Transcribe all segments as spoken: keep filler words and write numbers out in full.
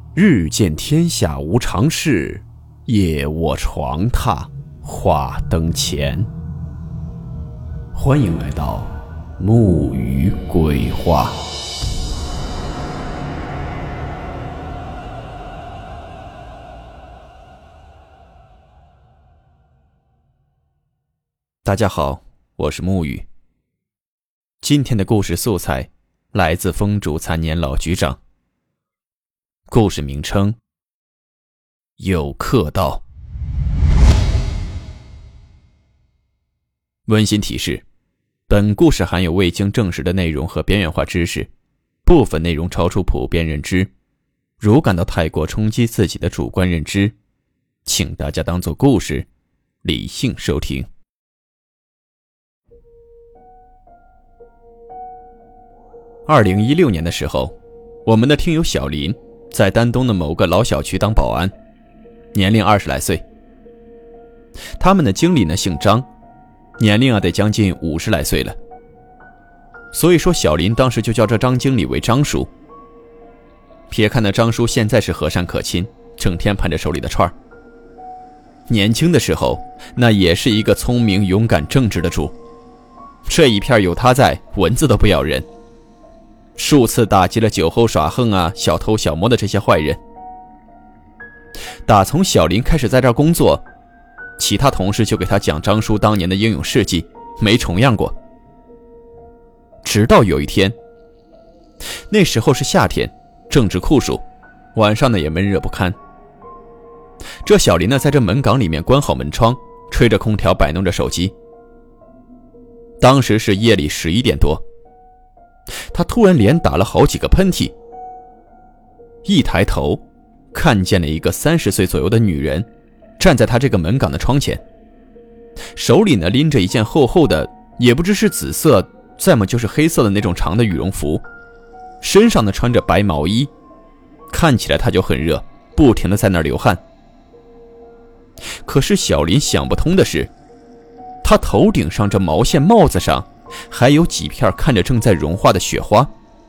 日见天下无常事，夜卧床榻话灯前。欢迎来到木鱼鬼话。大家好，我是木鱼。今天的故事素材来自风烛残年老局长。故事名称：有客到。温馨提示：本故事含有未经证实的内容和边缘化知识，部分内容超出普遍认知，如感到太过冲击自己的主观认知，请大家当作故事，理性收听。二零一六年的时候，我们的听友小林在丹东的某个老小区当保安，年龄二十来岁。他们的经理呢姓张，年龄啊得将近五十来岁了。所以说小林当时就叫这张经理为张叔。撇看那张叔现在是和善可亲，整天盘着手里的串儿。年轻的时候，那也是一个聪明、勇敢、正直的主。这一片有他在，蚊子都不咬人。数次打击了酒后耍横啊、小偷小摸的这些坏人。打从小林开始在这儿工作，其他同事就给他讲张叔当年的英勇事迹，没重样过。直到有一天，那时候是夏天，正值酷暑，晚上呢也闷热不堪。这小林呢在这门岗里面关好门窗，吹着空调，摆弄着手机。当时是夜里十一点多。他突然连打了好几个喷嚏，一抬头看见了一个三十岁左右的女人站在他这个门岗的窗前，手里呢拎着一件厚厚的，也不知是紫色再么就是黑色的那种长的羽绒服，身上呢穿着白毛衣，看起来他就很热，不停地在那儿流汗。可是小林想不通的是，他头顶上这毛线帽子上还有几片看着正在融化的雪花。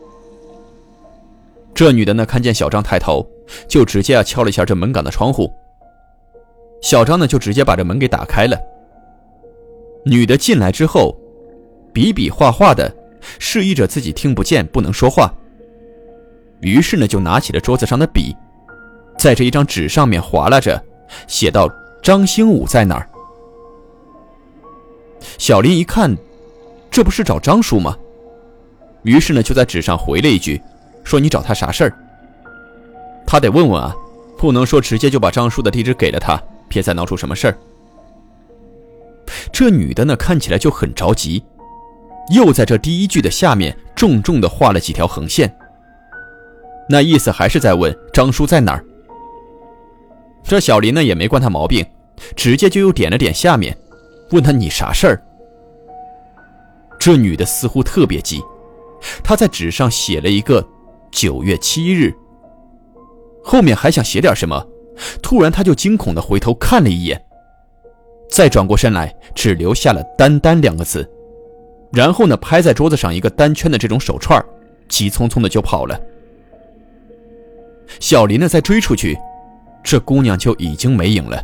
这女的呢看见小张抬头，就直接啊敲了一下这门岗的窗户。小张呢就直接把这门给打开了。女的进来之后，比比划划的示意着自己听不见，不能说话。于是呢就拿起了桌子上的笔，在这一张纸上面划拉着，写道张兴武在哪儿。小林一看，这不是找张叔吗？于是呢就在纸上回了一句，说你找他啥事儿？他得问问啊，不能说直接就把张叔的地址给了他，别再闹出什么事儿。这女的呢看起来就很着急，又在这第一句的下面重重地画了几条横线，那意思还是在问张叔在哪儿。这小林呢也没惯他毛病，直接就又点了点下面，问他你啥事儿？这女的似乎特别急，她在纸上写了一个九月七日，后面还想写点什么，突然她就惊恐地回头看了一眼，再转过身来，只留下了丹丹两个字，然后呢拍在桌子上一个单圈的这种手串，急匆匆的就跑了。小林呢再追出去，这姑娘就已经没影了。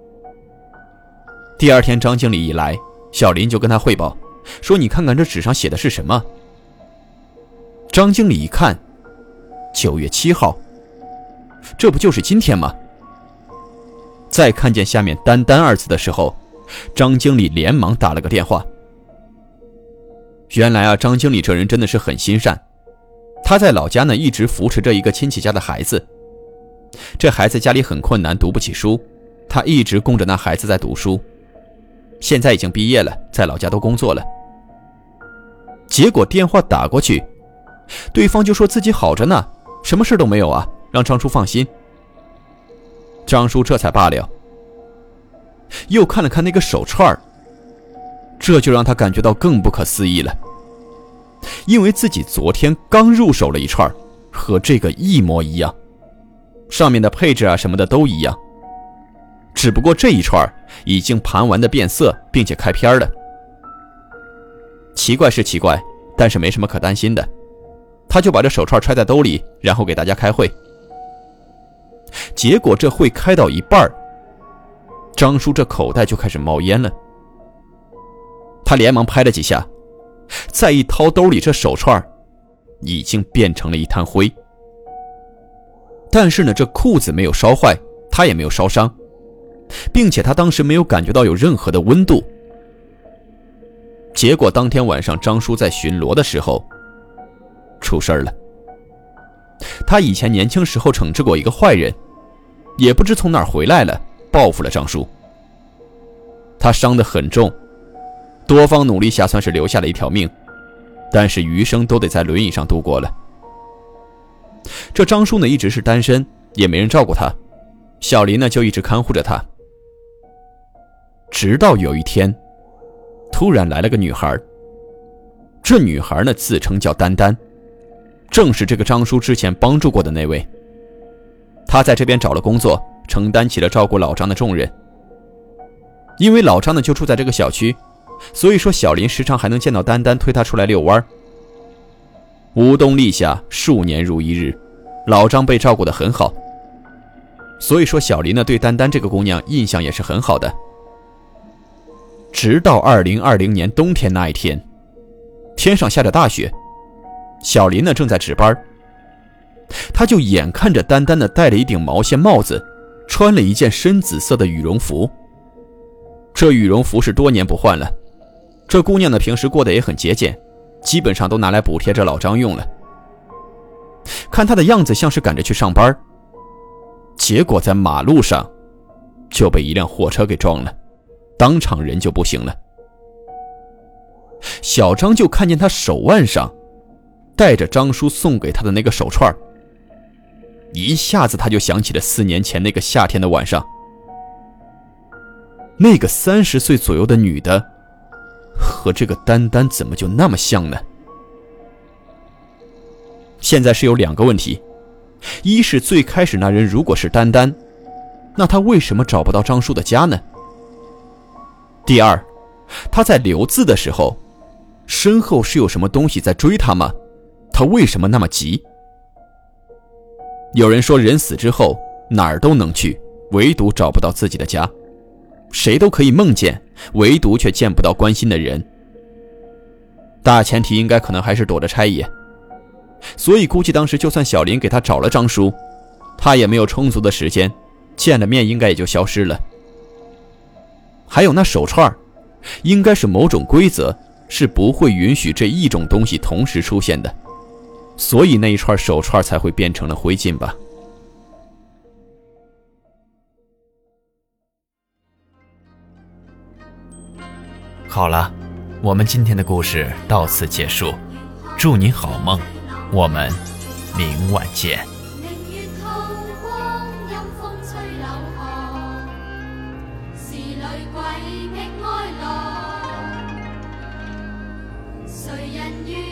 第二天张经理一来，小林就跟他汇报说你看看这纸上写的是什么。张经理一看，九月七号，这不就是今天吗？再看见下面丹丹二字的时候，张经理连忙打了个电话。原来啊张经理这人真的是很心善，他在老家呢一直扶持着一个亲戚家的孩子，这孩子家里很困难，读不起书，他一直供着那孩子在读书，现在已经毕业了，在老家都工作了。结果电话打过去，对方就说自己好着呢，什么事都没有啊，让张叔放心。张叔这才罢了，又看了看那个手串，这就让他感觉到更不可思议了，因为自己昨天刚入手了一串，和这个一模一样，上面的配置啊什么的都一样，只不过这一串已经盘完的变色，并且开篇了。奇怪是奇怪，但是没什么可担心的。他就把这手串揣在兜里，然后给大家开会。 结果这会开到一半，张叔这口袋就开始冒烟了。他连忙拍了几下，再一掏兜里，这手串已经变成了一滩灰。但是呢，这裤子没有烧坏，他也没有烧伤，并且他当时没有感觉到有任何的温度。结果当天晚上张叔在巡逻的时候出事了。他以前年轻时候惩治过一个坏人，也不知从哪儿回来了，报复了张叔。他伤得很重，多方努力下算是留下了一条命，但是余生都得在轮椅上度过了。这张叔呢一直是单身，也没人照顾他，小林呢就一直看护着他。直到有一天突然来了个女孩，这女孩呢自称叫丹丹，正是这个张叔之前帮助过的那位。她在这边找了工作，承担起了照顾老张的重任。因为老张呢就住在这个小区，所以说小林时常还能见到丹丹推他出来遛弯。无冬立夏，数年如一日，老张被照顾得很好，所以说小林呢对丹丹这个姑娘印象也是很好的。直到二零二零年冬天那一天，天上下着大雪，小林呢正在值班，他就眼看着丹丹呢戴了一顶毛线帽子，穿了一件深紫色的羽绒服。这羽绒服是多年不换了，这姑娘呢平时过得也很节俭，基本上都拿来补贴着老张用了。看她的样子像是赶着去上班，结果在马路上就被一辆货车给撞了，当场人就不行了。小张就看见他手腕上戴着张叔送给他的那个手串，一下子他就想起了四年前那个夏天的晚上，那个三十岁左右的女的和这个丹丹怎么就那么像呢？现在是有两个问题，一是最开始那人如果是丹丹，那他为什么找不到张叔的家呢？第二，他在留字的时候身后是有什么东西在追他吗？他为什么那么急？有人说人死之后哪儿都能去，唯独找不到自己的家，谁都可以梦见，唯独却见不到关心的人。大前提应该可能还是躲着差野，所以估计当时就算小林给他找了张叔，他也没有充足的时间，见了面应该也就消失了。还有那手串，应该是某种规则，是不会允许这一种东西同时出现的，所以那一串手串才会变成了灰烬吧。 好了，我们今天的故事到此结束，祝您好梦，我们明晚见。谁人愿